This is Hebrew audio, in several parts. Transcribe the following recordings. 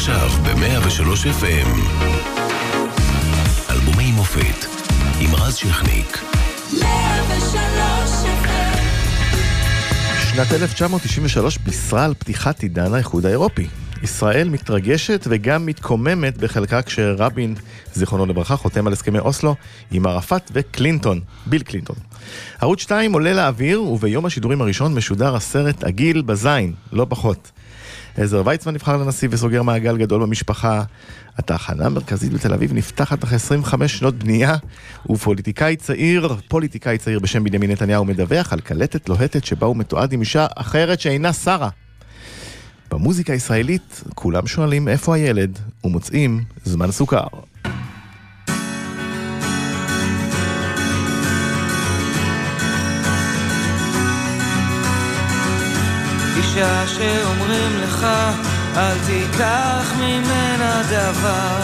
עכשיו ב-103 FM. אלבומי מופת עם רז שכניק. 103 FM. שנת 1993 בישרה על פתיחת עידן האיחוד האירופי. ישראל מתרגשת וגם מתקוממת בחלקה כשרבין, זיכרונו לברכה, חותם על הסכמי אוסלו עם ערפאת וקלינטון, ביל קלינטון. ערוץ 2 עולה לאוויר, וביום השידורים הראשון משודר הסרט עגיל בזין, לא פחות. עזר ויצמן נבחר לנשיא וסוגר מעגל גדול במשפחה. התחנה המרכזית בתל אביב נפתחת אחרי 25 שנות בנייה, ופוליטיקאי צעיר בשם בנימין נתניהו מדווח על קלטת לוהטת שבה הוא מתועד עם אישה אחרת שאינה שרה. במוזיקה הישראלית כולם שואלים איפה הילד, ומוצאים זמן סוכר. אישה שאומרים לך אל תיקח ממנה דבר,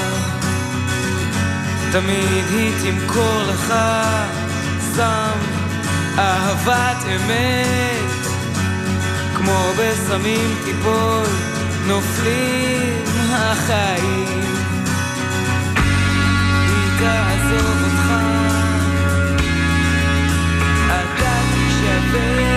תמיד היא תמכור לך סם אהבת אמת, כמו בסמים טיפול נופלים החיים, היא תעזוב אותך, אתה תשבר,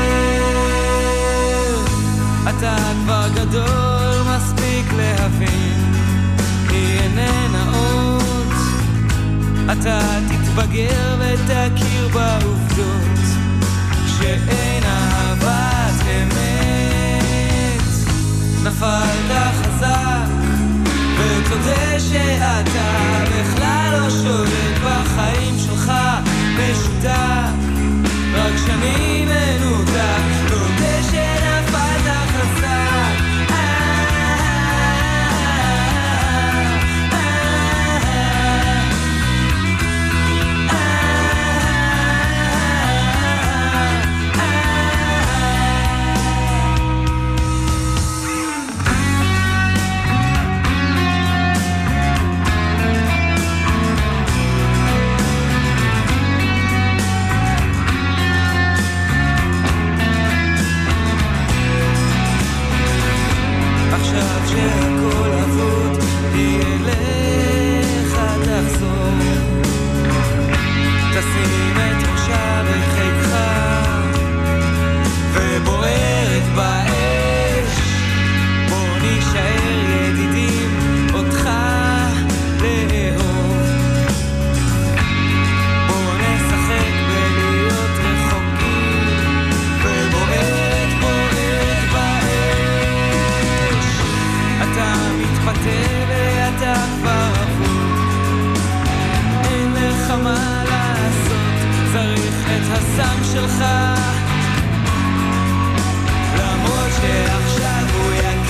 אתה כבר גדול מספיק להבין, היא איננה עוד, אתה תתבגר ותכיר בעובדות שאין אהבת אמת, נפלת חזק ותודה שאתה בכלל לא שולט בחיים שלך, משותק רק שאני מנותק, תודה שנפלת חזק, שהכל אבוד, היא אליך תחזור, תשים את ראשה בחיקך ובוערת באש, בוא נשאר ידידים אותך לאהוב, בוא נשחק ולהיות רחוקים ובוערת אתה מתפתה ואתה כבר אבוד, אין לך מה לעשות, צריך את הסם שלך, למרות שעכשיו הוא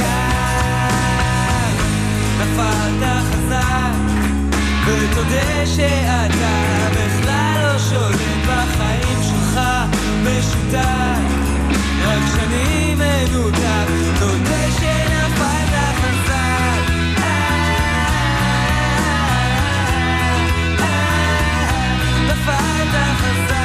יקר, נפלת חזק ותודה שאתה בכלל לא שולט בחיים שלך, משותק רק שאני מנותק, תודה שנפלת חזק, נפלת חזק,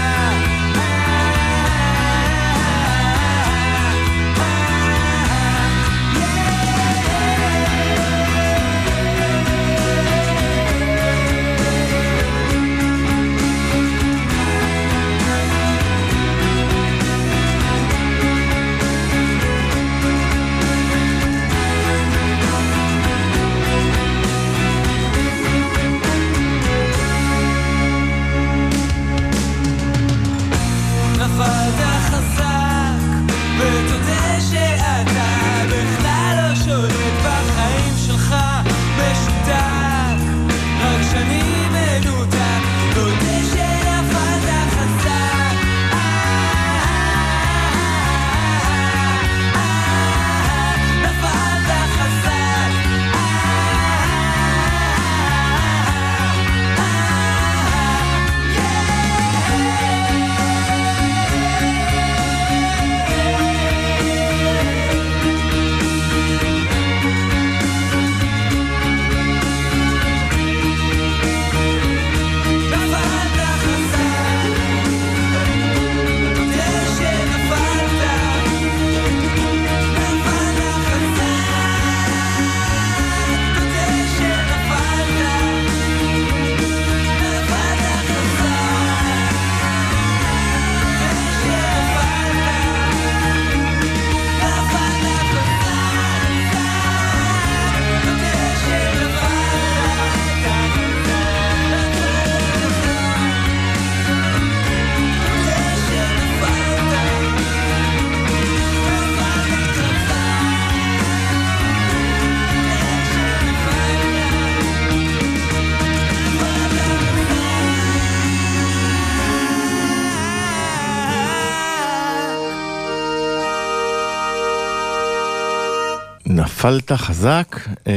נפלת חזק,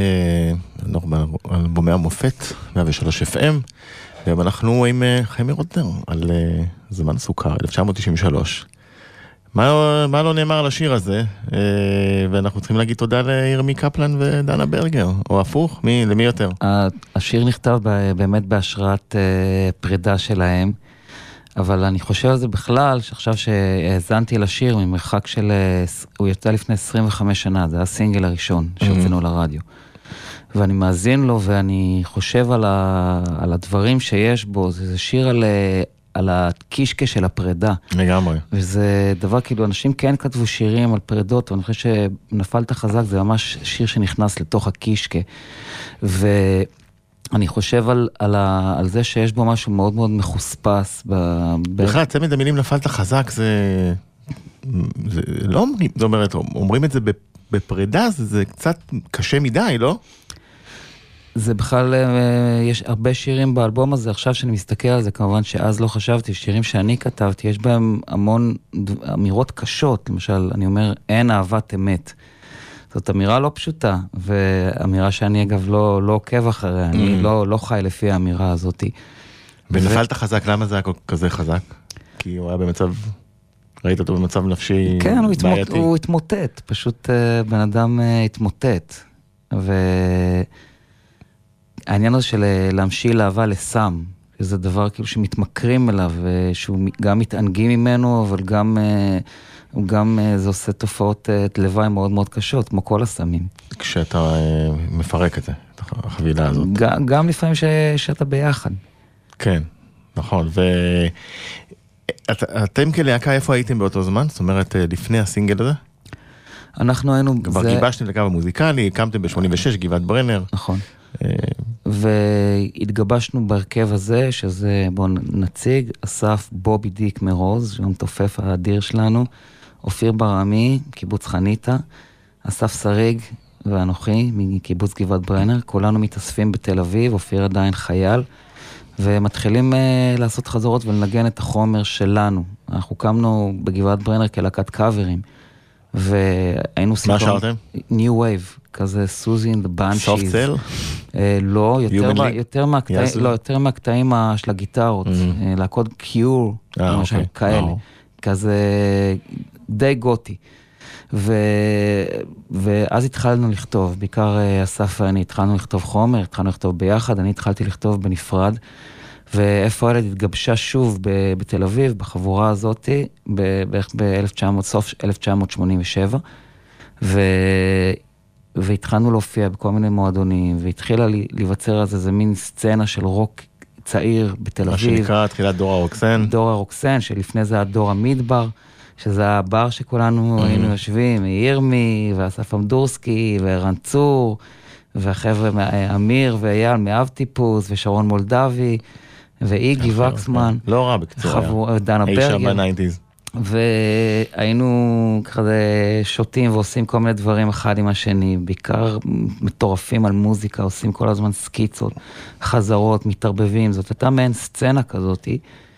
אלבומי המופת, 103 FM, והיום אנחנו עם חמי רוטנר, על זמן סוכר, 1993. מה לא נאמר על השיר הזה, ואנחנו צריכים להגיד תודה לירמי קפלן ודנה ברגר, או הפוך, למי יותר? השיר נכתב באמת בהשראת פרידה שלהם, אבל אני חושב על זה בכלל, שעכשיו שהאזנתי לשיר ממרחק של, הוא יצא לפני 25 שנה, זה היה הסינגל הראשון שהוצאנו לרדיו. ואני מאזין לו ואני חושב על הדברים שיש בו, זה שיר על הקישקה של הפרידה. לגמרי. וזה דבר, כאילו, אנשים כן כתבו שירים על פרידות, ואני חושב שנפלת חזק, זה ממש שיר שנכנס לתוך הקישקה. אני חושב על זה שיש בו משהו מאוד מאוד מחוספס. בכלל, צמד המילים נפלת חזק, זה לא אומרים, זאת אומרת, אומרים את זה בפרידה, זה קצת קשה מדי, לא? זה בכלל, יש הרבה שירים באלבום הזה, עכשיו שאני מסתכל על זה, כמובן שאז לא חשבתי, שירים שאני כתבתי, יש בהם המון אמירות קשות, למשל, אני אומר, אין אהבת אמת. זאת אמירה לא פשוטה, ואמירה שאני אגב לא עוקב אחריה, אני לא חי לפי האמירה הזאת. ונפלת חזק, למה זה היה כזה חזק? כי הוא היה במצב, ראית אותו במצב נפשי כן, בעייתי. כן, הוא התמוטט, פשוט בן אדם התמוטט. והעניין הזה של להמשיל אהבה לסם, זה דבר כאילו שמתמכרים אליו, שהוא גם מתענגים ממנו, אבל גם זה עושה תופעות לוואי מאוד מאוד קשות, כמו כל הסמים. כשאתה מפרק את זה, את החבילה הזאת. גם לפעמים שאתה ביחד. כן, נכון. ואתם כלהקה, איפה הייתם באותו זמן? זאת אומרת, לפני הסינגל הזה? אנחנו היינו... כבר גיבשתם לקו המוזיקלי, הקמתם ב-86, גבעת ברנר. נכון. והתגבשנו בהרכב הזה, שזה, בואו נציג, אסף בובי דיק מרוז, שהוא המתופף האדיר שלנו, אופיר ברעמי, קיבוץ חניתה, אסף שריג ואנוכי, מקיבוץ גבעת ברנר, כולנו מתאספים בתל אביב, אופיר עדיין חייל, ומתחילים לעשות חזרות ולנגן את החומר שלנו. אנחנו קמנו בגבעת ברנר כלהקת קאברים, והיינו מה שרתם? New Wave, כזה סוזי in the Banshees. Soft Cell? לא, יותר מהקטעים של הגיטרות, להקוד קיור, כאלה, כזה די גותי. ואז התחלנו לכתוב, בעיקר אסף ואני התחלנו לכתוב חומר, התחלנו לכתוב ביחד, אני התחלתי לכתוב בנפרד, ואיפה הילד התגבשה שוב בתל אביב, בחבורה הזאת, בערך סוף 1987, והתחלנו להופיע בכל מיני מועדונים, והתחילה להיווצר על זה מין סצנה של רוק צעיר בתל אביב. מה שנקרא, תחילת דור הרוקסן. דור הרוקסן, שלפני זה היה דור המדבר, שזה הבר שכולנו היינו יושבים, ירמי, ואסף אמדורסקי, וערן צור, והחבר'ה אמיר ואייל מאב טיפוס, ושרון מולדבי, ואיגי וקסמן. לא רע בקצור. דנה ברגר. אי שם ב-90s. והיינו כזה שותים ועושים כל מיני דברים אחד עם השני, בעיקר מטורפים על מוזיקה, עושים כל הזמן סקיצות, חזרות, מתערבבים, זאת הייתה מעין סצנה כזאת,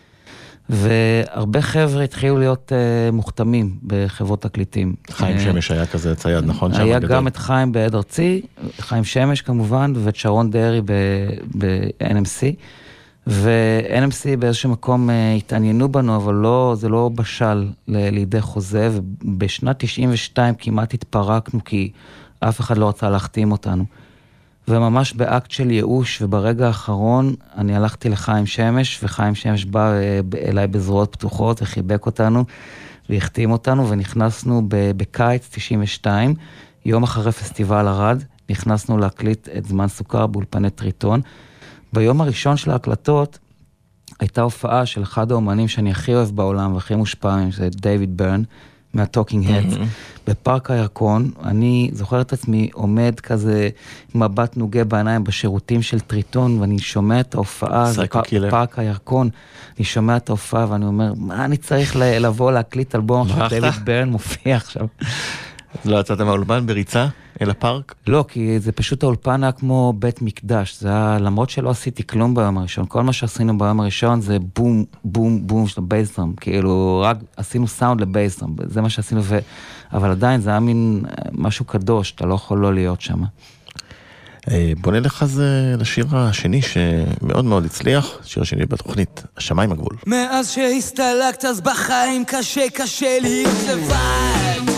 והרבה חבר'ה התחילו להיות מוכתמים בחברות תקליטים. חיים שמש היה כזה צייד, נכון? היה גם את חיים בעד ארצי, חיים שמש כמובן, ואת שרון דרי ב-NMC, ו-NMC באיזשהו מקום התעניינו בנו, אבל זה לא בשל לידי חוזה, ובשנת 92 כמעט התפרקנו, כי אף אחד לא רצה להחתים אותנו. וממש באקט של ייאוש, וברגע האחרון אני הלכתי לחיים שמש, וחיים שמש בא אליי בזרועות פתוחות, וחיבק אותנו, והחתים אותנו, ונכנסנו בקיץ 92, יום אחרי פסטיבל ערד, נכנסנו להקליט את זמן סוכר באולפני טריטון. ביום הראשון של ההקלטות, הייתה הופעה של אחד האומנים שאני הכי אוהב בעולם, והכי מושפע מהם, זה דיוויד ברן, מהטוקינג הדס, בפארק הירקון. אני זוכר את עצמי עומד כזה מבט נוגה בעיניים בשירותים של טריטון, ואני שומע את ההופעה, פארק הירקון, אני שומע את ההופעה ואני אומר, מה אני צריך לבוא להקליט אלבום עכשיו, דיוויד ברן מופיע עכשיו. לא יצאתם מהאולפן בריצה? אל הפארק? לא, כי זה פשוט האולפן היה כמו בית מקדש, זה היה, למרות שלא עשיתי כלום ביום הראשון, כל מה שעשינו ביום הראשון זה בום, בום, בום של הבייסדרם, כאילו רק עשינו סאונד לבייסדרם, זה מה שעשינו, אבל עדיין זה היה מין משהו קדוש, אתה לא יכול לא להיות שם. בוא נלך אז לשיר השני שמאוד מאוד הצליח, שיר השני בתוכנית, השמיים הגבול. מאז שהסתלקת אז בחיים קשה להיות לבד,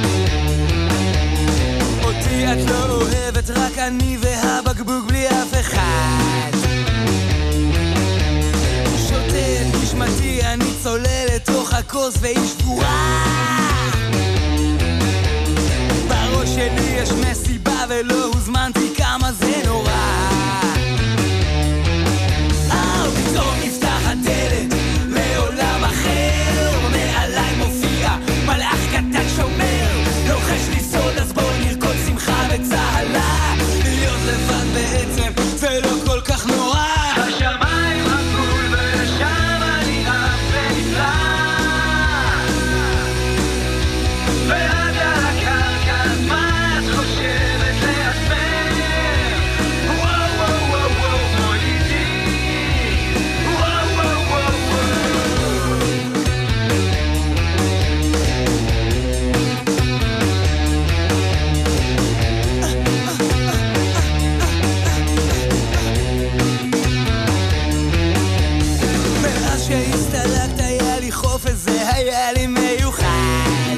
אותי את לא אוהבת, רק אני והבקבוק בלי אף אחד, שותה את נשמתי, אני צולל לתוך הכוס והיא שבורה, בראש שלי יש מסיבה ולא הוזמנתי, כמה זה נורא, פתאום נפתח הדלת לעולם אחר, מעליי מופיע מלאך קטן שומר, לוחש לי סוד אז בוא נרקוד שמחה וצהלה, להיות לבד בעצם זה לא כל כך נורא, השמיים הגבול ולשם אני אף ונפלא, ועד על הקרקע מה את חושבת לעצמך, וואו וואו וואו וואו בואי איתי, וואו וואו וואו מאז שהסתלקת היה לי חופש, זה היה לי מיוחד,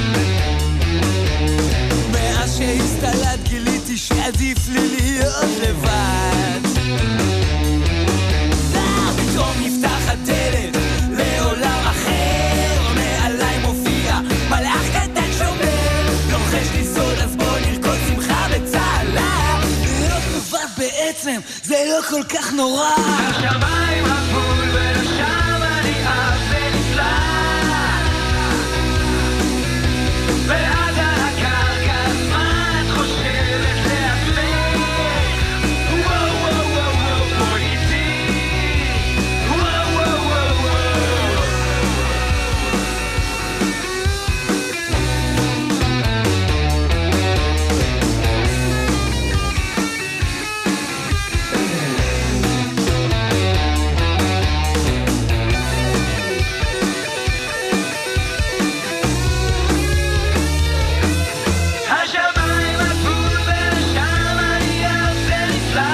מאז שהסתלקת גיליתי שעדיף לי להיות לבד, פתאום נפתח הדלת לעולם אחר, מעליי מופיע מלאך קטן שומר, לוחש לי סוד אז בוא נרקוד שמחה וצהלה, להיות לבד בעצם זה לא כל כך נורא, השמיים הגבול ולשם אני אף ונפלא, ועד על הקרקע מה את חושבת לעצמך, וואו וואו וואו וואו בואי איתי, וואו וואו וואו השמיים הגבול ולשם אני אף ונפלא,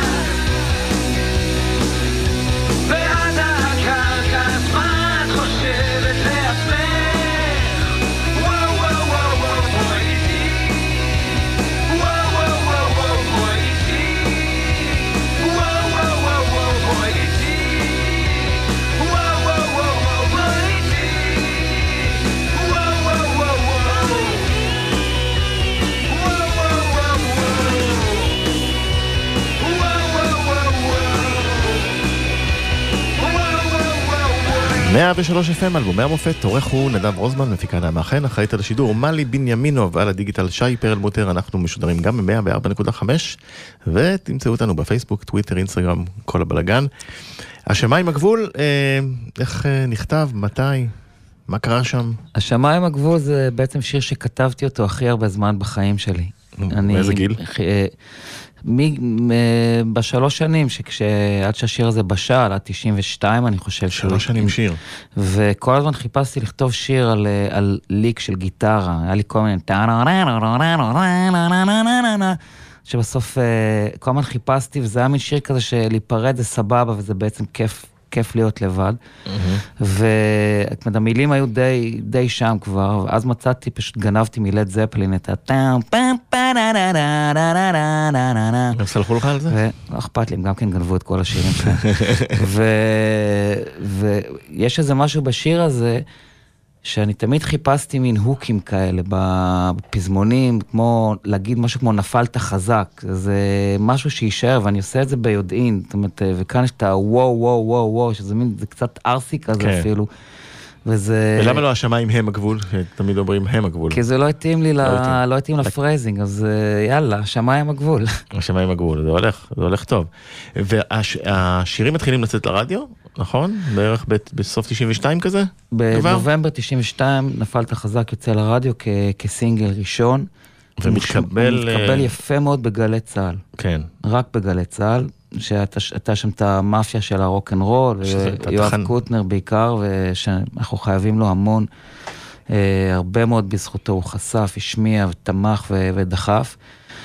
ועד על הקרקע מה את חושבת לעצמך, וואו וואו וואו וואו בואי איתי, וואו וואו וואו וואו בואי איתי, וואו וואו וואו וואו בואי איתי, וואו וואו וואו וואו בואי איתי, וואו וואו וואו וואו מאה ושלוש FM, אלבומי המופת, עורך הוא נדב רוזמן, מפיקה נעמה חן, אחראית על השידור מלי בנימינוב, על הדיגיטל שי פרלמוטר, אנחנו משודרים גם ב-104.5, ותמצאו אותנו בפייסבוק, טוויטר, אינסטגרם, כל הבלגן. השמיים הגבול, איך נכתב, מתי, מה קרה שם? השמיים הגבול זה בעצם שיר שכתבתי אותו הכי הרבה זמן בחיים שלי. מאיזה גיל? בשלוש שנים, עד שהשיר הזה בשל, עד 92 אני חושב. 3 שנים שיר. וכל הזמן חיפשתי לכתוב שיר על ליק של גיטרה, היה לי כל מיני שבסוף כל הזמן חיפשתי, וזה היה מין שיר כזה שלהיפרד זה סבבה, וזה בעצם כיף להיות לבד. והמילים היו די שם כבר, ואז מצאתי, פשוט גנבתי מלד זפלין את הטאם, פעם הם סלחו לך על זה? לא אכפת לי, הם גם כן גנבו את כל השירים שלהם. ויש איזה משהו בשיר הזה, שאני תמיד חיפשתי מין הוקים כאלה בפזמונים, כמו להגיד משהו כמו נפלת חזק, זה משהו שישאר, ואני עושה את זה ביודעין, זאת אומרת, וכאן יש את הוואו וואו וואו וואו, שזה מין, זה קצת ארסי כזה אפילו, וזה... ולמה לא השמיים הם הגבול? שתמיד אומרים הם הגבול. כי זה לא התאים לי, לא התאים לפרייזינג, אז יאללה, השמיים הגבול. השמיים הגבול, זה הולך טוב. והשירים מתחילים לצאת לרדיו, נכון? בערך בסוף 92 כזה? בנובמבר 92 נפלת חזק יוצא לרדיו כסינגל ראשון, מתקבל יפה מאוד בגלי צהל. כן. רק בגלי צהל, שהייתה שם את המאפיה של הרוק'נ'רול, ויואב קוטנר בעיקר, ושאנחנו חייבים לו המון, הרבה מאוד בזכותו הוא חשף, השמיע ותמך ודחף,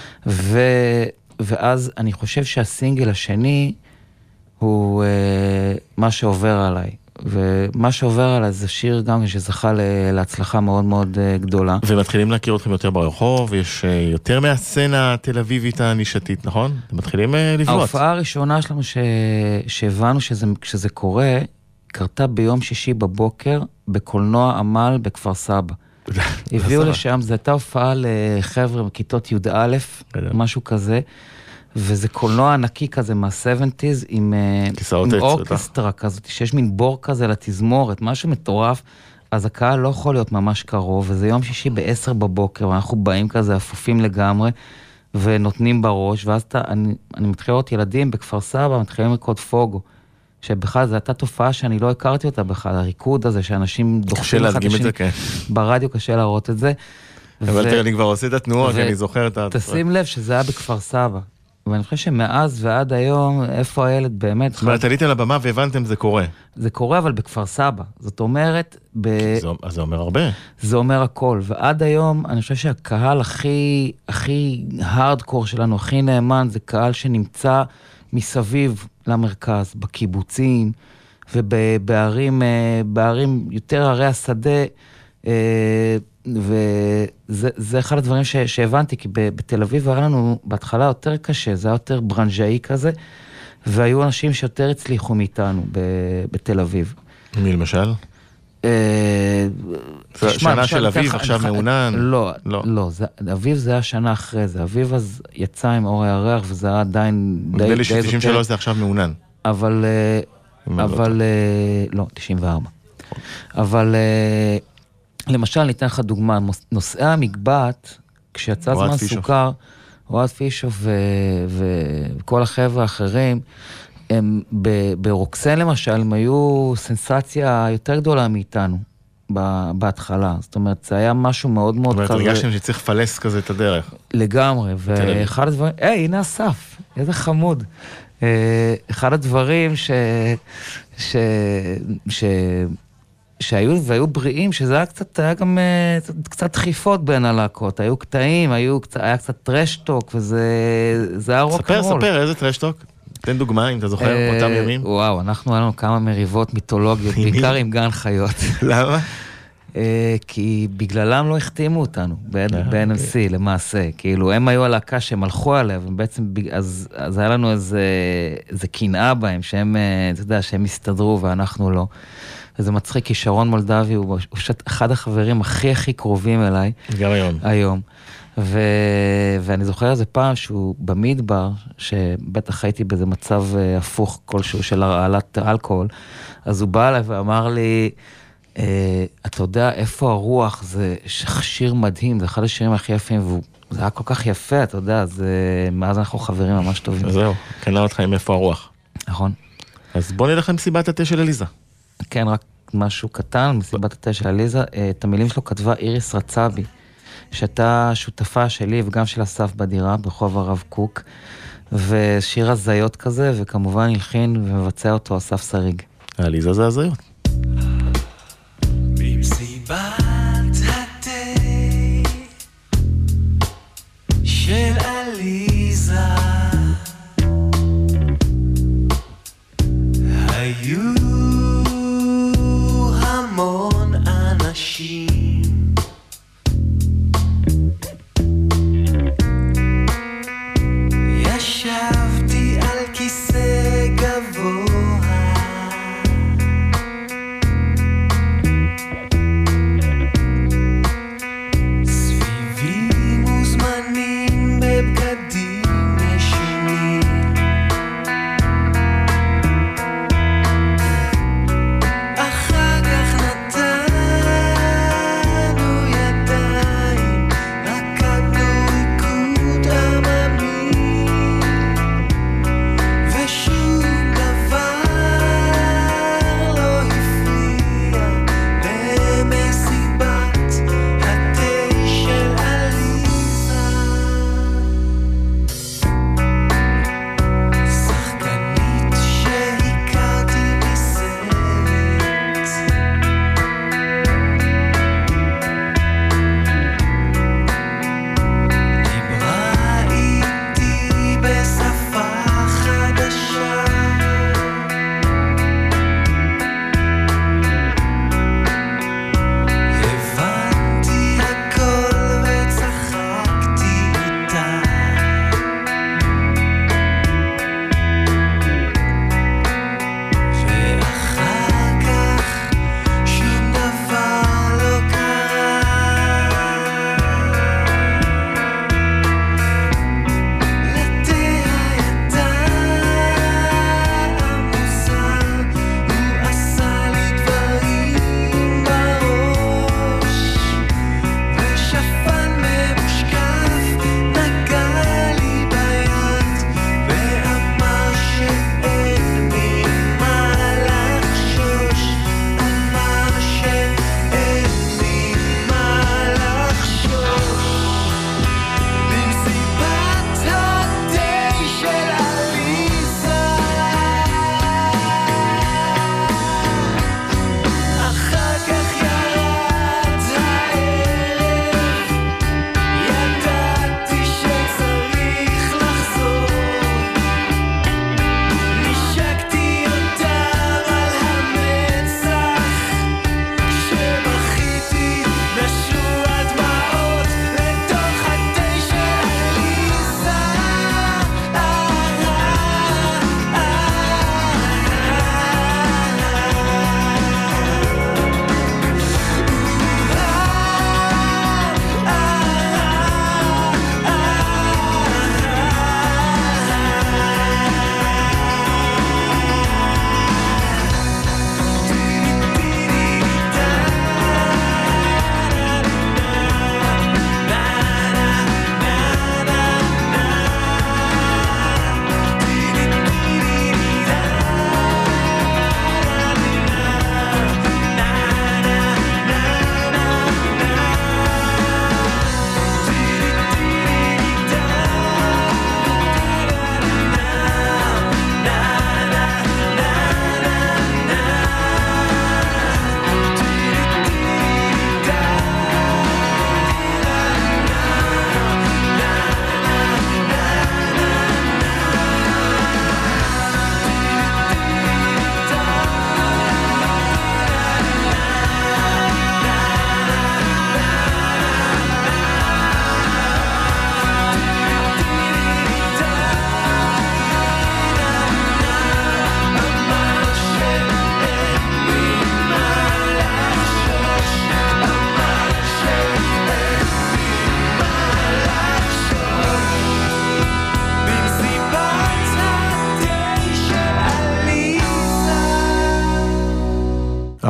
ואז אני חושב שהסינגל השני הוא מה שעובר עליי. ומה שעובר עליי זה שיר גם שזכה להצלחה מאוד מאוד גדולה. ומתחילים להכיר אתכם יותר ברחוב, יש יותר מהסצנה התל אביבית הנישתית, נכון? אתם מתחילים לבנות. ההופעה הראשונה שלנו שהבנו שזה קורה, קרתה ביום שישי בבוקר בקולנוע עמל בכפר סבא. הביאו לשם, זו הייתה הופעה לחבר'ה בכיתות י"א, משהו כזה, וזה קולנוע ענקי כזה מה-70s, עם אורקסטרה כזאת, שיש מין בור כזה לתזמורת, משהו מטורף, אז הקהל לא יכול להיות ממש קרוב, וזה יום שישי ב-10 בבוקר, ואנחנו באים כזה אפופים לגמרי, ונותנים בראש, ואז אני מתחיל לראות ילדים בכפר סבא, מתחילים לקרוא פוגו, שבכלל זו הייתה תופעה שאני לא הכרתי אותה בכלל, הריקוד הזה שאנשים דוחפים אחד לשני, ברדיו קשה להראות את זה. אבל תראה, אני כבר עושה את התנועות, אני זוכר את התנועות. תשים לב שזה היה בכפר סבא, ואני חושב שמאז ועד היום, איפה הילד באמת... זאת אומרת, עליתם לבמה והבנתם זה קורה. זה קורה, אבל בכפר סבא. זאת אומרת... אז זה אומר הרבה. זה אומר הכל, ועד היום אני חושב שהקהל הכי הארדקור שלנו, הכי נאמן, זה קהל שנמצא מסביב למרכז, בקיבוצים, ובערים יותר ערי השדה, וזה אחד הדברים שהבנתי, כי בתל אביב היה לנו בהתחלה יותר קשה, זה היה יותר ברנז'אי כזה, והיו אנשים שיותר הצליחו מאיתנו בתל אביב. מי למשל? שנה של אביב, עכשיו מעונן? לא, אביב זה היה שנה אחרי זה, אביב אז יצא עם אור הירח, וזה היה עדיין נדמה לי ש-93 זה עכשיו מעונן. אבל, לא, 94. אבל, למשל, ניתן לך דוגמה, נושאי המגבעת, כשיצא זמן סוכר, אוהד פישוף וכל החבר'ה האחרים, הם ברוקסן למשל, הם היו סנסציה יותר גדולה מאיתנו בהתחלה. זאת אומרת, זה היה משהו מאוד מאוד כזה. זאת אומרת, הרגשתם שצריך לפלס כזה את הדרך. לגמרי, ואחד הדברים, הנה אסף, איזה חמוד. אחד הדברים שהיו בריאים, שזה היה גם קצת דחיפות בין הלהקות, היו קטעים, היה קצת טרשטוק, וזה היה רוק'נ'רול. ספר, איזה טרשטוק? תן דוגמה, אם אתה זוכר, באותם ימים. וואו, אנחנו היה לנו כמה מריבות מיתולוגיות, בעיקר עם גן חיות. למה? כי בגללם לא החתימו אותנו, ב-NMC למעשה. כאילו, הם היו הלהקה שהם הלכו עליה, ובעצם, אז היה לנו איזה קנאה בהם, שהם, אתה יודע, שהם הסתדרו ואנחנו לא. וזה מצחיק, כי שרון מולדבי הוא אחד החברים הכי קרובים אליי. גם היום. ואני זוכר איזה פעם שהוא במדבר, שבטח הייתי באיזה מצב הפוך כלשהו של הרעלת אלכוהול, אז הוא בא אליי ואמר לי, אתה יודע איפה הרוח, זה שיר מדהים, זה אחד השירים הכי יפים, וזה היה כל כך יפה, אתה יודע, מאז אנחנו חברים ממש טובים. זהו, קנה אותך עם איפה הרוח. נכון. אז בוא נלך למסיבת התה של אליזה. כן, רק משהו קטן, מסיבת התה של אליזה, את המילים שלו כתבה איריס רצבי, שהייתה שותפה שלי וגם של אסף בדירה, ברחוב הרב קוק, ושיר הזיות כזה, וכמובן הלחין ומבצע אותו אסף סריג. אליזה זה הזיות. במסיבת התה של אליזה היו המון אנשים ישבתי על כיסא גבוה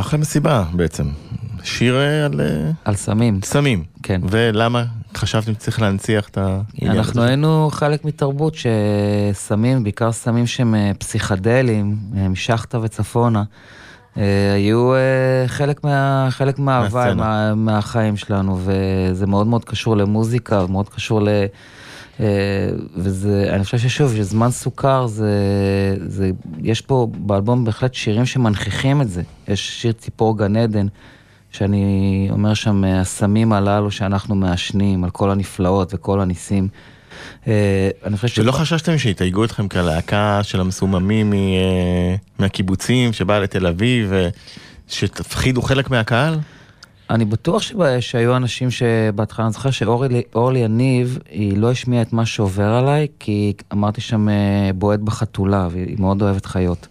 אחרי מסיבה בעצם. שיר על סמים. סמים. כן. ולמה חשבתם שצריך להנציח את העניין הזה? אנחנו היינו חלק מתרבות שסמים, בעיקר סמים שהם פסיכדליים, משחטה וצפונה, היו חלק מההוואי, מהחיים שלנו, וזה מאוד מאוד קשור למוזיקה, מאוד קשור וזה, אני חושב ששוב, שזמן סוכר, יש פה באלבום בהחלט שירים שמנכיחים את זה. יש שיר ציפור גן עדן, שאני אומר שם, הסמים הללו שאנחנו מעשנים, על כל הנפלאות וכל הניסים. ולא חששתם שהתייגו אתכם כלהקה של המסוממים מהקיבוצים שבאה לתל אביב, שתפחידו חלק מהקהל? אני בטוח שהיו אנשים שבהתחלה, אני זוכר שאורלי יניב, היא לא השמיעה את מה שעובר עליי, כי אמרתי שם בועט בחתולה, והיא מאוד אוהבת חיות.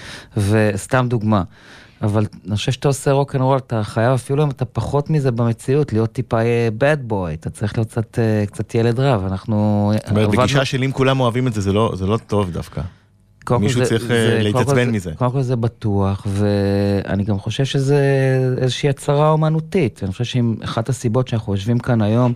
וסתם דוגמה. אבל אני חושב שאתה עושה רוק אנד רול, אתה חייב אפילו אם אתה פחות מזה במציאות, להיות טיפה bad boy, אתה צריך להיות קצת ילד רב. אנחנו... בגישה שלי, אם כולם אוהבים את זה, זה לא טוב דווקא. מישהו צריך להתעצבן מזה. קודם כל זה בטוח, ואני גם חושב שזה איזושהי הצרה אומנותית. אני חושב שאם אחת הסיבות שאנחנו יושבים כאן היום,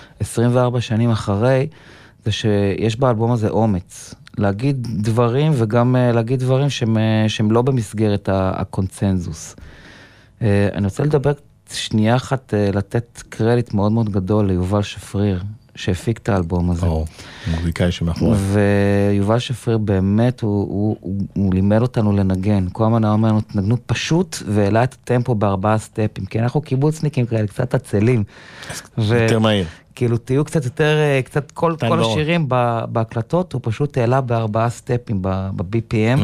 24 שנים אחרי, זה שיש באלבום הזה אומץ. להגיד דברים וגם להגיד דברים שהם לא במסגרת הקונצנזוס. אני רוצה לדבר שנייה אחת, לתת קרדיט מאוד מאוד גדול ליובל שפריר, שהפיק את האלבום הזה. מוזיקאי שמאחורי. ויובל שפריר באמת, הוא לימד אותנו לנגן. כל הזמן אומר לנו, תנגנו פשוט, והעלה את הטמפו ב4 סטפים, כי אנחנו קיבוצניקים כאלה, קצת עצלים. יותר מהיר. כאילו תהיו קצת יותר, קצת כל השירים בהקלטות, הוא פשוט העלה ב4 סטפים ב-BPM,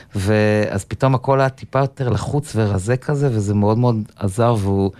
ואז פתאום הכל היה טיפה יותר לחוץ ורזה כזה, וזה מאוד מאוד עזר,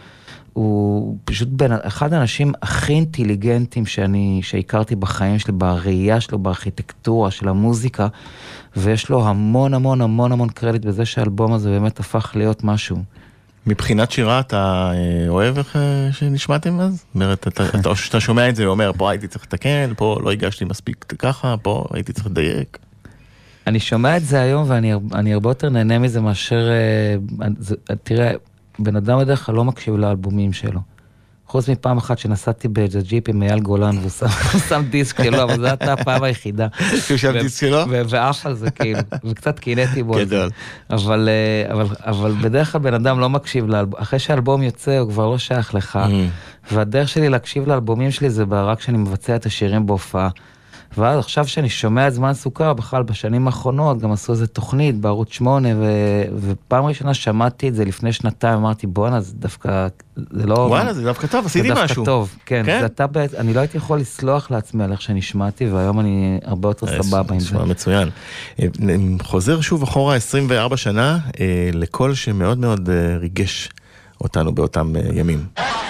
והוא פשוט אחד האנשים הכי אינטליגנטים שהכרתי בחיים שלי, בראייה שלו, בארכיטקטורה של המוזיקה, ויש לו המון המון המון המון קרדיט בזה שהאלבום הזה באמת הפך להיות משהו. מבחינת שירה, אתה אוהב איך שנשמעתם אז? זאת אומרת, אתה שומע את זה ואומר, פה הייתי צריך לתקן, פה לא הגשתי מספיק ככה, פה הייתי צריך לדייק. אני שומע את זה היום ואני הרבה יותר נהנה מזה מאשר, תראה, בן אדם בדרך כלל לא מקשיב לאלבומים שלו. חוץ מפעם אחת שנסעתי בג'יפ עם אייל גולן, והוא שם דיסק שלו, אבל זו הייתה הפעם היחידה. שהוא שם דיסק שלו? ואף על זה כאילו, וקצת קינאתי בו על זה. אבל בדרך כלל בן אדם לא מקשיב לאלבום, אחרי שהאלבום יוצא הוא כבר לא שייך לך, והדרך שלי להקשיב לאלבומים שלי זה רק שאני מבצע את השירים בהופעה. ואז עכשיו שאני שומע את זמן סוכר, בכלל בשנים האחרונות, גם עשו איזו תוכנית בערוץ 8, ופעם ראשונה שמעתי את זה לפני שנתיים, אמרתי, בואנה, זה דווקא, זה לא... וואלה, זה דווקא טוב, עשיתי משהו. זה דווקא טוב, כן. זה אתה, אני לא הייתי יכול לסלוח לעצמי על איך שאני שמעתי, והיום אני הרבה יותר סבבה עם זה. מצוין. חוזר שוב אחורה 24 שנה, לקול שמאוד מאוד ריגש אותנו באותם ימים.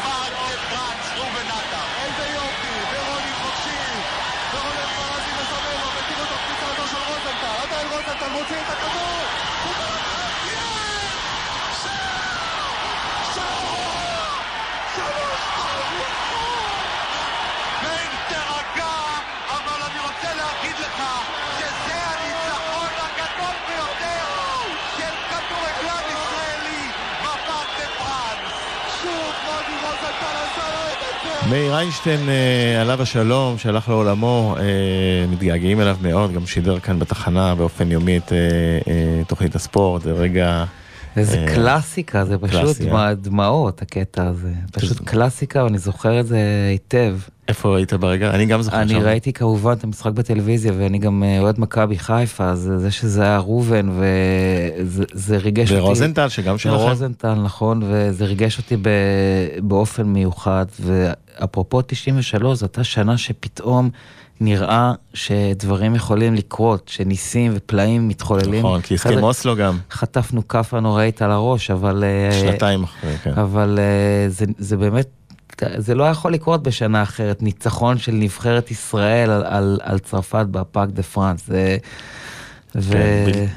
מאיר איינשטיין עליו השלום, שהלך לעולמו, מתגעגעים אליו מאוד, גם שידר כאן בתחנה באופן יומי את תוכנית הספורט, זה רגע... זה קלאסיקה, זה פשוט דמעות הקטע הזה, פשוט קלאסיקה, ואני זוכר את זה היטב. איפה היית ברגע? אני גם זוכר שם. אני ראיתי כמובן את המשחק בטלוויזיה, ואני גם אוהד מכבי חיפה, אז זה שזה היה רובן, וזה ריגש אותי. ורוזנטל, שגם שלכם. ורוזנטל, נכון, וזה ריגש אותי באופן מיוחד, ואפרופו 93, זו אותה שנה שפתאום נראה שדברים יכולים לקרות, שניסים ופלאים מתחוללים. נכון, כי הסכם אוסלו גם. חטפנו כפה נוראית על הראש, אבל... שנתיים אחרי, כן. אבל זה באמת... זה לא יכול לקרות בשנה אחרת, ניצחון של נבחרת ישראל על צרפת בפארק דה פרנס.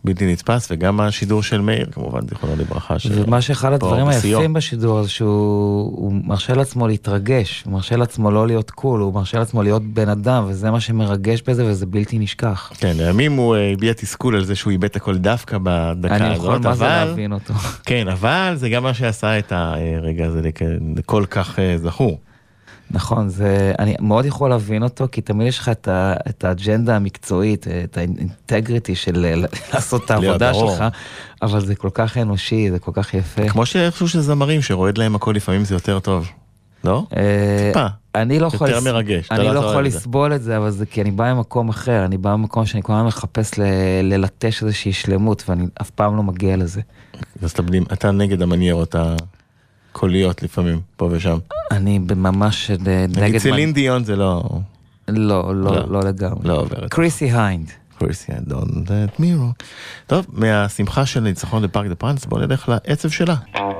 בלתי נתפס, וגם השידור של מאיר, כמובן, זיכרונו לברכה. ומה שאחד הדברים היפים בשידור הזה, שהוא מרשה לעצמו להתרגש, הוא מרשה לעצמו לא להיות קול, הוא מרשה לעצמו להיות בן אדם, וזה מה שמרגש בזה, וזה בלתי נשכח. כן, לימים הוא הביע תסכול על זה שהוא איבד הכל דווקא בדקה הזאת, אני יכול מה זה להבין אותו. כן, אבל זה גם מה שעשה את הרגע הזה לכל כך זכור. נכון, אני מאוד יכול להבין אותו, כי תמיד יש לך את האג'נדה המקצועית, את האינטגריטי של לעשות את העבודה שלך, אבל זה כל כך אנושי, זה כל כך יפה. כמו שאיכשהו של זמרים, שרועד להם הכל לפעמים זה יותר טוב, לא? טיפה, יותר מרגש. אני לא יכול לסבול את זה, אבל זה כי אני בא ממקום אחר, אני בא ממקום שאני כל הזמן מחפש ללטש איזושהי שלמות, ואני אף פעם לא מגיע לזה. אז אתה נגד המניירות קוליות לפעמים, פה ושם. אני ממש נגד צילין דיון זה לא... לא לגמרי. לא עוברת. קריסי היינד. קריסי היינד, don't let me wrong. טוב, מהשמחה של ניצחון לפארק דה פרנס, בואו נלך לעצב שלה.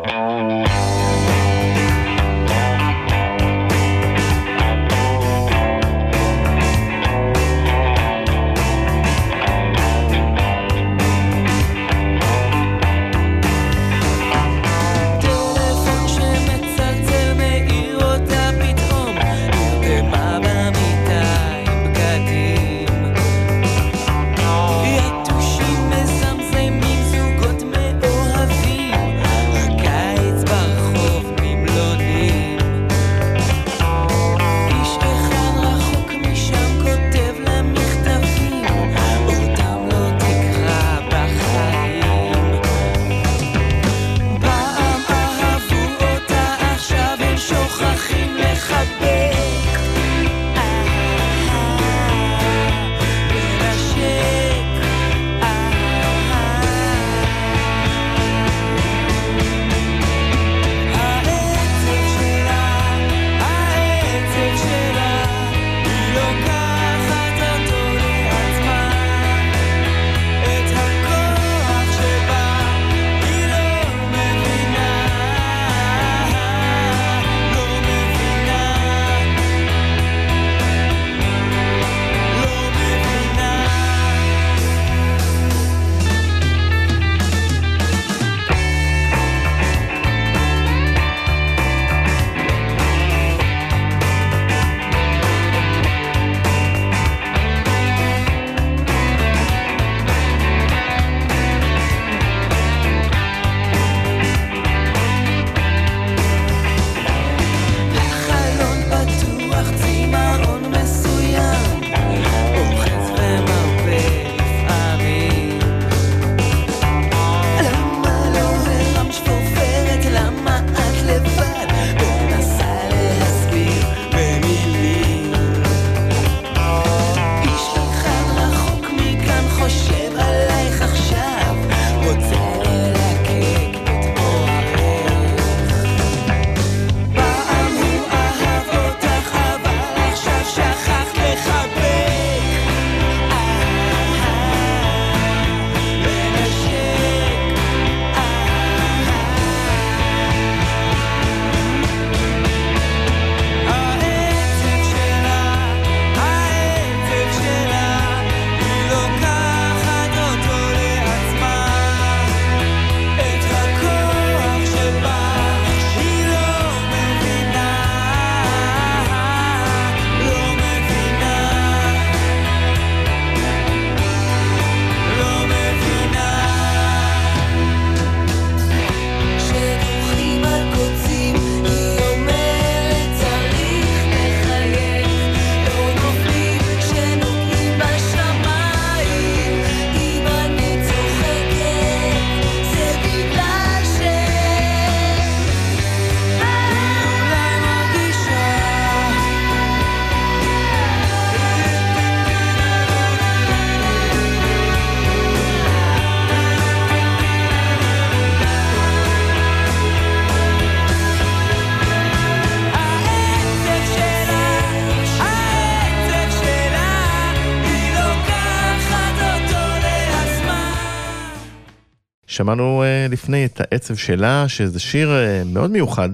שמענו לפני את העצב שלה, שזה שיר מאוד מיוחד,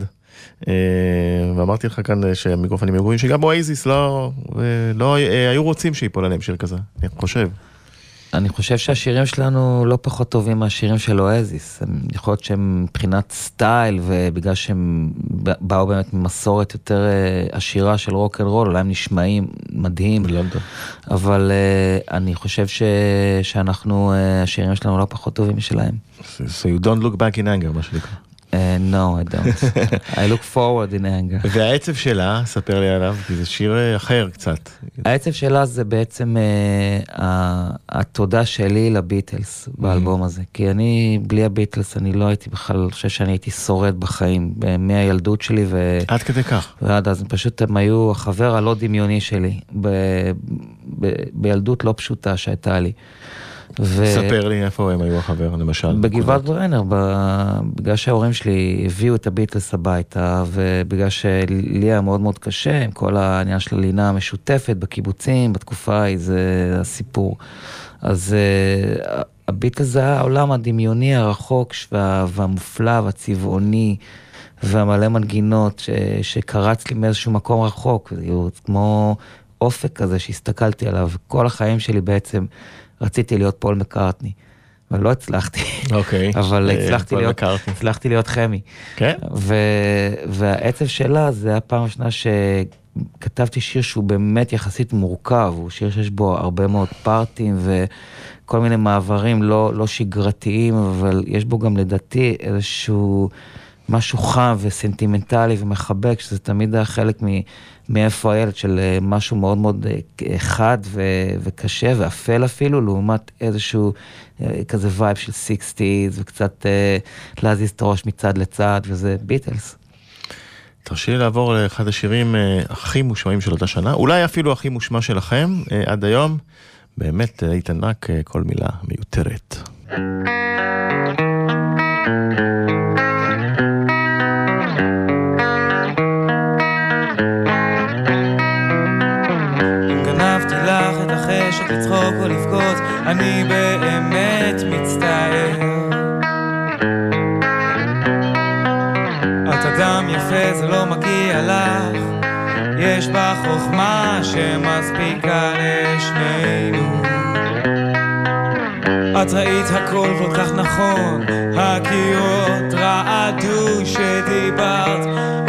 ואמרתי לך כאן שהמיקרופונים יגועים, שגם אוייזיס לא היו רוצים שיפול עליהם שיר כזה, אני חושב. אני חושב שהשירים שלנו לא פחות טובים מהשירים של אואזיס. יכול להיות שהם מבחינת סטייל, ובגלל שהם באו באמת ממסורת יותר עשירה של רוק אנד רול, אולי הם נשמעים מדהים. אבל אני חושב שאנחנו, השירים שלנו לא פחות טובים משלהם. So you don't look back in anger, מה שנקרא. No, I don't. I look forward in anger. והעצב שלה, ספר לי עליו, כי זה שיר אחר קצת. העצב שלה זה בעצם התודה שלי לביטלס באלבום הזה. כי אני, בלי הביטלס, אני לא הייתי בכלל, חושב שאני הייתי שורד בחיים, מהילדות שלי. עד כדי כך. ועד אז, פשוט הם היו החבר הלא דמיוני שלי, בילדות לא פשוטה שהייתה לי. ספר לי איפה הם היו החבר, למשל. בגבעת ברנר, בגלל שההורים שלי הביאו את הביטלס הביתה, ובגלל שלי היה מאוד מאוד קשה, עם כל העניין של הלינה המשותפת בקיבוצים, בתקופה ההיא, זה הסיפור. אז הביטלס זה העולם הדמיוני הרחוק והמופלא והצבעוני, והמלא מנגינות שקרץ לי מאיזשהו מקום רחוק, כמו אופק כזה שהסתכלתי עליו, כל החיים שלי בעצם רציתי להיות פול מקארטני, אבל לא הצלחתי. אוקיי. אבל הצלחתי להיות חמי. כן? והעצב שלה, זה הפעם השנייה שכתבתי שיר שהוא באמת יחסית מורכב, הוא שיר שיש בו הרבה מאוד פארטים וכל מיני מעברים לא שגרתיים, אבל יש בו גם לדעתי איזשהו משהו חם וסנטימנטלי ומחבק, שזה תמיד היה חלק מאיפה הילד של משהו מאוד מאוד חד וקשה ואפל אפילו, לעומת איזשהו כזה וייב של 60s וקצת להזיז את הראש מצד לצד, וזה ביטלס. תרשי לעבור לאחד השירים הכי מושמעים של אותה שנה, אולי אפילו הכי מושמע שלכם עד היום, באמת התענק כל מילה מיותרת. לצחוק או לבכות, אני באמת מצטער. את אדם יפה, זה לא מגיע לך, יש בה חוכמה שמספיקה לשנינו. את ראית הכל כל כך נכון, הקירות רעדו שדיברת.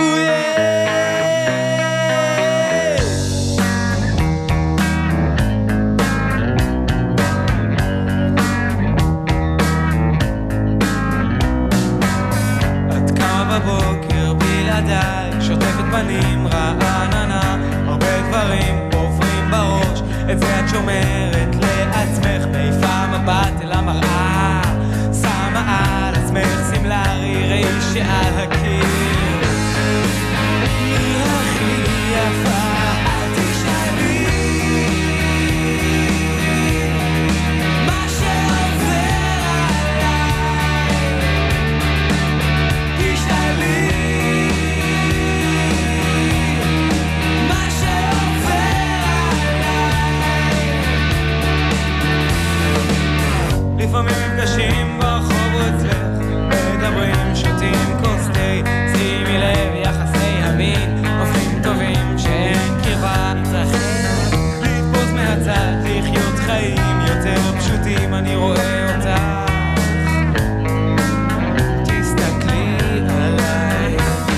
שוטפת פנים רעננה, הרבה דברים עוברים בראש, את זה את שומרת לעצמך, מעיפה מבט אל המראה, שמה על עצמך סמלה רירי שעל הקיר. מי הכי יפה? אל תשאלי מה שעובר עליי, תשאלי לפעמים מפגשים ברחוב אצלך, מדברים, שותים כוס תה, שימי לב יחסי המין, הופכים טובים כשאין קרבה, צריך לתפוס מהצד, לחיות חיים יותר פשוטים, אני רואה אותך, תסתכלי עליי,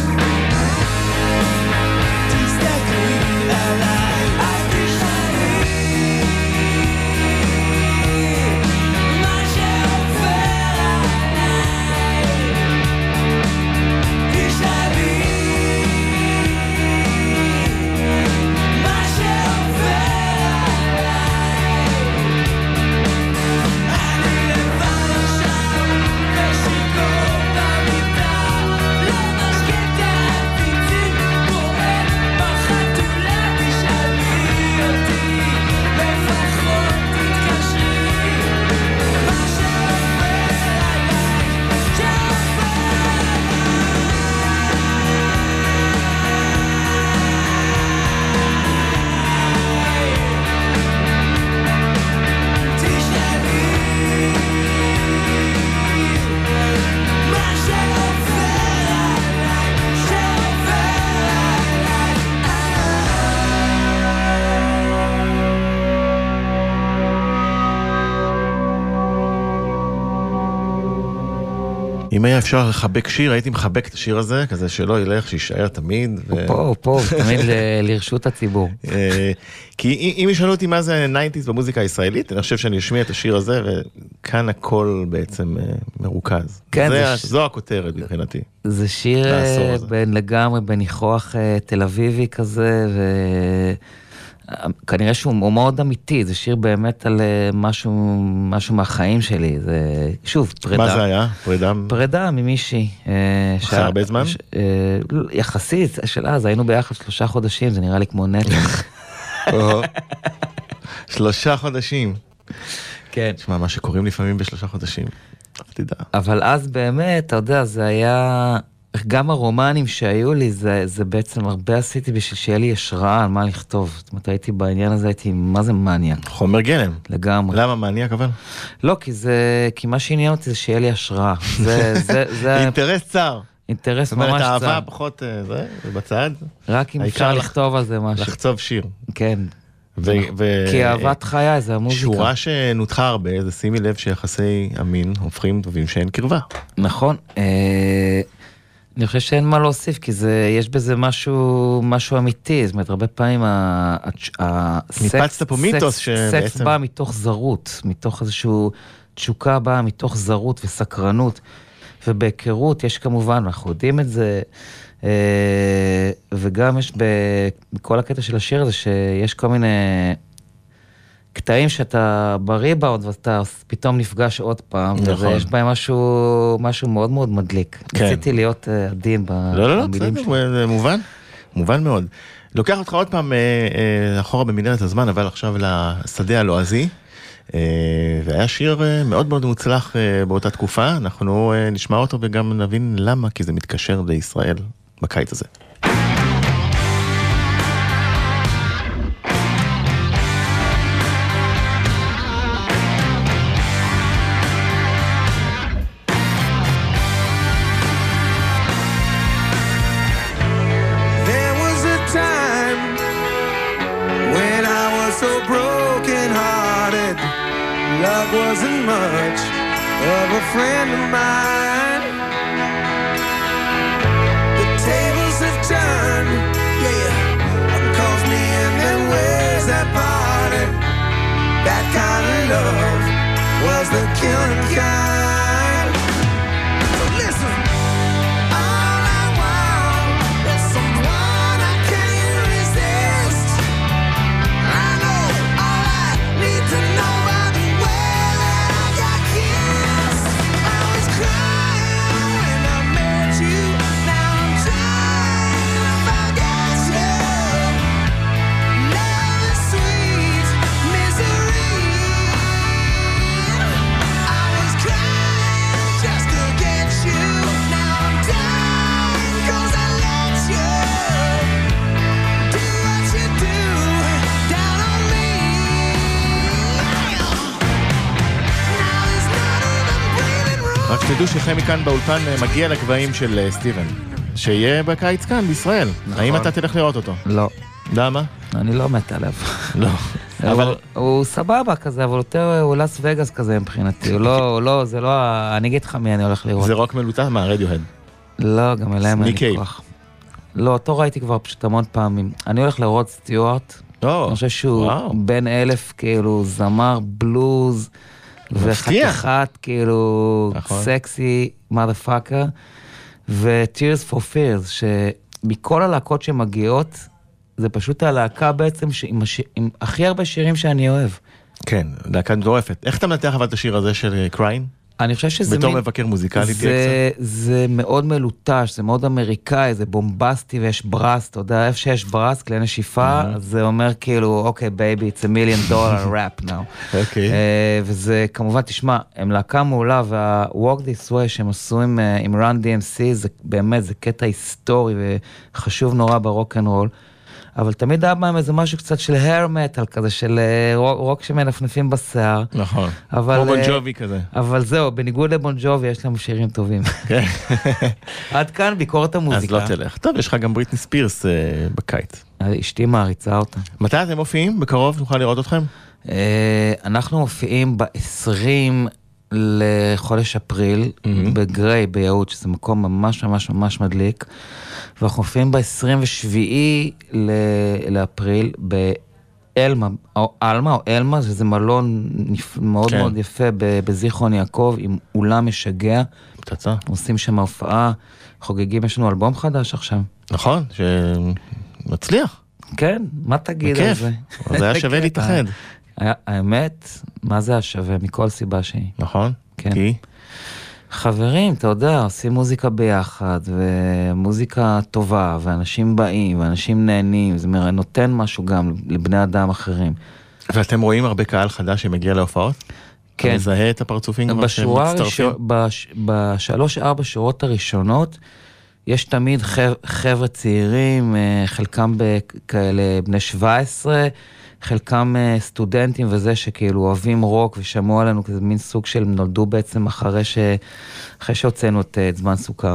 תסתכלי עליי, אל תשאלי אם היה אפשר לחבק שיר, הייתי מחבק את השיר הזה, כזה שלא ילך, שישאר תמיד. הוא פה, תמיד לרשות הציבור. כי אם ישאלו אותי מה זה 90s במוזיקה הישראלית, אני חושב שאני אשמיע את השיר הזה, וכאן הכל בעצם מרוכז. זו הכותרת מבחינתי. זה שיר לגמרי בניחוח תל אביבי כזה, כנראה שהוא מאוד אמיתי, זה שיר באמת על משהו מהחיים שלי, זה שוב, פרידה. מה זה היה? פרידה ממישהי. אחרי הרבה זמן? יחסית, של אז, היינו ביחד 3 חודשים, זה נראה לי כמו נטפליקס. 3 חודשים. כן. תשמע, מה שקוראים לפעמים ב3 חודשים, אף תדע. אבל אז באמת, אתה יודע, זה היה... גם הרומנים שהיו לי, זה בעצם הרבה עשיתי בשביל שיהיה לי השראה על מה לכתוב. זאת אומרת, הייתי בעניין הזה, הייתי, מה זה מניאק? חומר גלם. לגמרי. למה מניאק אבל? לא, כי מה שעניין אותי זה שיהיה לי השראה. זה אינטרס צר. אינטרס ממש צר. זאת אומרת, אהבה פחות, זה בצד. רק אם אפשר לכתוב על זה משהו. לחצוב שיר. כן. כי אהבת חיי זה המוזיקה. שורה שנותחה הרבה, זה שימי לב שיחסי המין הופכים טובים שאין קרבה. נכון. אני חושב שאין מה להוסיף, כי יש בזה משהו אמיתי, זאת אומרת, הרבה פעמים ניפצת פה מיתוס סקס בא מתוך זרות, מתוך איזשהו תשוקה באה מתוך זרות וסקרנות, ובהיכרות יש כמובן, אנחנו יודעים את זה, וגם יש בכל הקטע של השיר הזה, שיש כל מיני קטעים שאתה בריבאונד, ואתה פתאום נפגש עוד פעם, ויש בהם משהו מאוד מאוד מדליק. ניסיתי להיות עדין במילים שלו. לא, זה מובן מאוד. לוקח אותך עוד פעם אחורה במנהרת הזמן, אבל עכשיו לשדה הלועזי, והיה שיר מאוד מאוד מוצלח באותה תקופה, אנחנו נשמע אותו וגם נבין למה, כי זה מתקשר לישראל בקיץ הזה. Wasn't much of a friend of mine. The tables have turned, yeah, calls me in then where's that party? That kind of love was the killing kind. So listen, all I want is someone I can't resist. I know all I need to know. רק שתדעו שחי מכאן באולפן מגיע לגבהים של סטיבן, שיהיה בקיץ כאן בישראל. האם אתה תלך לראות אותו? לא. למה? אני לא מת עליו. לא. אבל הוא סבבה כזה, אבל הוא לס וגאס כזה מבחינתי. הוא לא, זה לא, אני אגיד לך מי אני הולך לראות. זה רוק מלוטה מה, רדיוהד? לא, גם אליהם אין לי כוח. לא, אותו ראיתי כבר פשוט המון פעמים. אני הולך לראות סטיוארט. אני חושב שהוא בן 1000 כאילו זמר בלוז. וחתיכת כאילו סקסי motherfucker, ו-Tears for Fears, שמכל הלהקות שמגיעות, זה פשוט הלהקה בעצם עם הכי הרבה שירים שאני אוהב. כן, להקה מטורפת. איך אתה מנתח אבל את השיר הזה של קריין? אני חושב שזה בתור מבקר מוזיקלי זה מאוד מלוטש, זה מאוד אמריקאי, זה בומבסטי ויש ברס, אתה יודע, איפה שיש ברס, כלי נשיפה, אז זה אומר כאילו, אוקיי, בייבי, it's $1 million rap now. וזה כמובן, תשמע, הם להקה מעולה, וה-Walk This Way שהם עשו עם Run DMC, זה באמת, זה קטע היסטורי וחשוב נורא ברוק אנד רול. אבל תמיד היה בהם איזה משהו קצת של hair metal כזה, של רוק שמנפנפים בשיער. נכון, כמו בון ג'ובי כזה. אבל זהו, בניגוד לבון ג'ובי יש להם שירים טובים. עד כאן ביקורת המוזיקה. אז לא תלך. טוב, יש לך גם בריטני ספירס בקיץ. אשתי מעריצה אותה. מתי אתם מופיעים? בקרוב נוכל לראות אתכם? אנחנו מופיעים ב-20 לחודש אפריל, בגריי, ביהוד, שזה מקום ממש ממש ממש מדליק, ואנחנו מופיעים ב-27 לאפריל, אלמה, או אלמה, שזה מלון מאוד מאוד יפה בזיכרון יעקב, עם אולם משגע. פצצה. עושים שם הופעה, חוגגים, יש לנו אלבום חדש עכשיו. נכון, שמצליח. כן, מה תגיד על זה? זה היה שווה להתאחד. האמת, מה זה היה שווה? מכל סיבה שהיא. נכון, כן. כי? חברים, אתה יודע, עושים מוזיקה ביחד, ומוזיקה טובה, ואנשים באים, ואנשים נהנים, זה נותן משהו גם לבני אדם אחרים. ואתם רואים הרבה קהל חדש שמגיע להופעות? כן. אתה מזהה את הפרצופים כבר שמצטרפים? בשלוש-ארבע שורות הראשונות, יש תמיד חבר'ה צעירים, חלקם כאלה בני 17, חלקם סטודנטים וזה שכאילו אוהבים רוק ושמעו עלינו כזה מין סוג של נולדו בעצם אחרי שהוצאנו את זמן סוכר.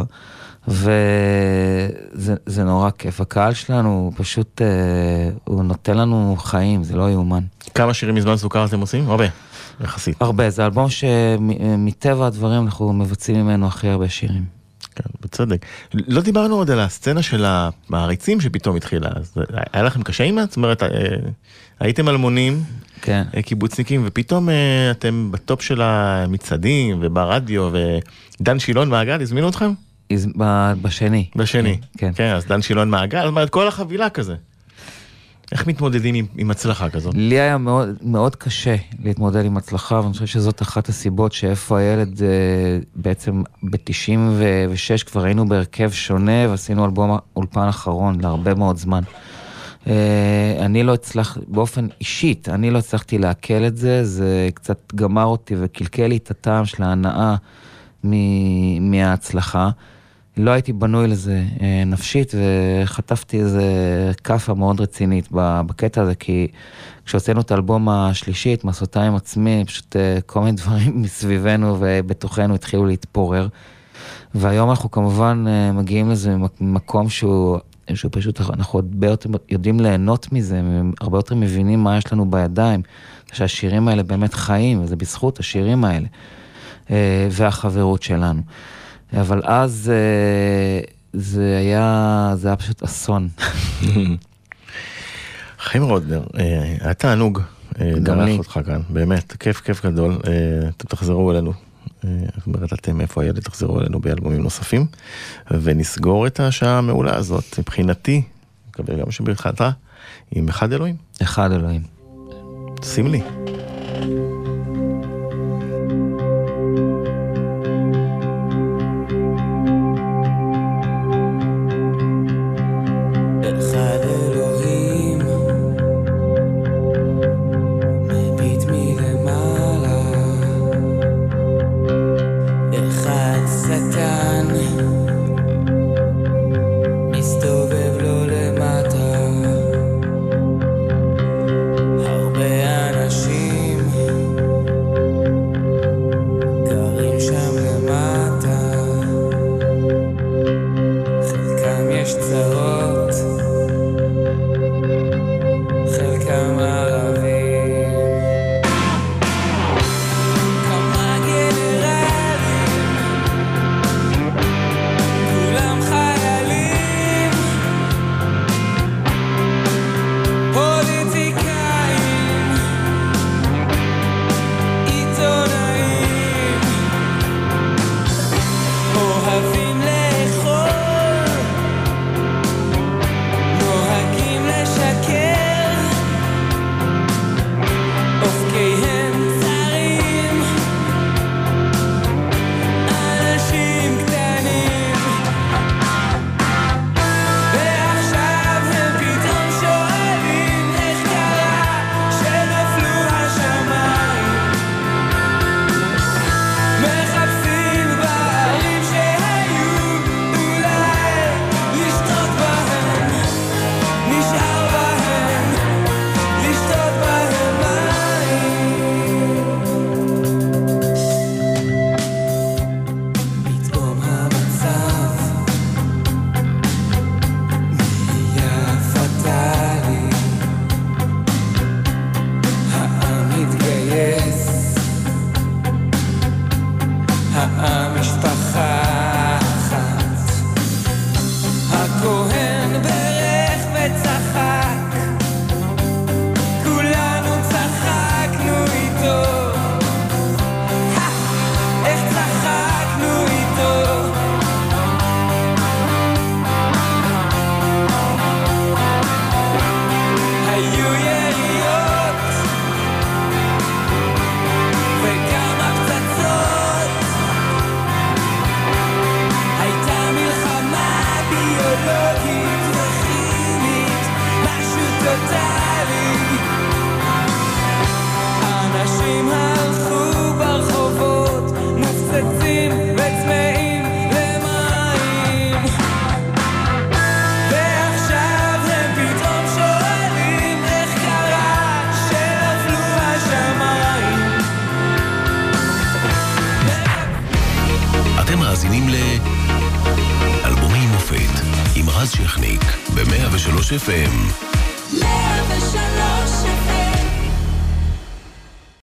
וזה נורא כיף. הקהל שלנו פשוט, הוא נותן לנו חיים, זה לא יאומן. כמה שירים מזמן סוכר אתם עושים? הרבה, יחסית. הרבה, זה אלבום שמטבע הדברים אנחנו מבצעים ממנו הכי הרבה שירים. כן, בצדק. לא דיברנו עוד על הסצנה של המעריצים שפתאום התחילה, אז היה לכם קשה עם זה? זאת אומרת, הייתם אלמונים, כן. קיבוצניקים, ופתאום אתם בטופ של המצעדים וברדיו, ודן שילון מעגל, הזמינו אתכם? בשני. בשני, כן. כן, אז דן שילון מעגל, זאת אומרת, כל החבילה כזה. איך מתמודדים עם הצלחה כזאת? לי היה מאוד, מאוד קשה להתמודד עם הצלחה, ואני חושב שזאת אחת הסיבות שאיפה הילד בעצם ב-96 כבר היינו בהרכב שונה, ועשינו אלבום אולפן אחרון להרבה מאוד זמן. אני לא הצלחתי, באופן אישית, אני לא הצלחתי להקל את זה, זה קצת גמר אותי וקלקל לי את הטעם של ההנאה מההצלחה. לא הייתי בנוי לזה נפשית, וחטפתי איזה קפה מאוד רצינית בקטע הזה, כי כשהוצאנו את האלבום השלישי, את מסעותי עם עצמי, פשוט כל מיני דברים מסביבנו ובתוכנו התחילו להתפורר. והיום אנחנו כמובן מגיעים לזה ממקום שהוא פשוט, אנחנו הרבה יותר יודעים ליהנות מזה, הרבה יותר מבינים מה יש לנו בידיים, שהשירים האלה באמת חיים, וזה בזכות השירים האלה, והחברות שלנו. אבל אז זה היה פשוט אסון. חיים רודנר, היה תענוג לארח אותך כאן, באמת, כיף גדול, אתם תחזרו אלינו, זאת אומרת, אתם איפה הילד תחזרו אלינו באלבומים נוספים, ונסגור את השעה המעולה הזאת, מבחינתי, מקווה גם שברכת עם אחד אלוהים. אחד אלוהים. שים לי. הרבה אנשים מאזינים אלבומי מופת עם רז שכניק ב-103 FM. 103 FM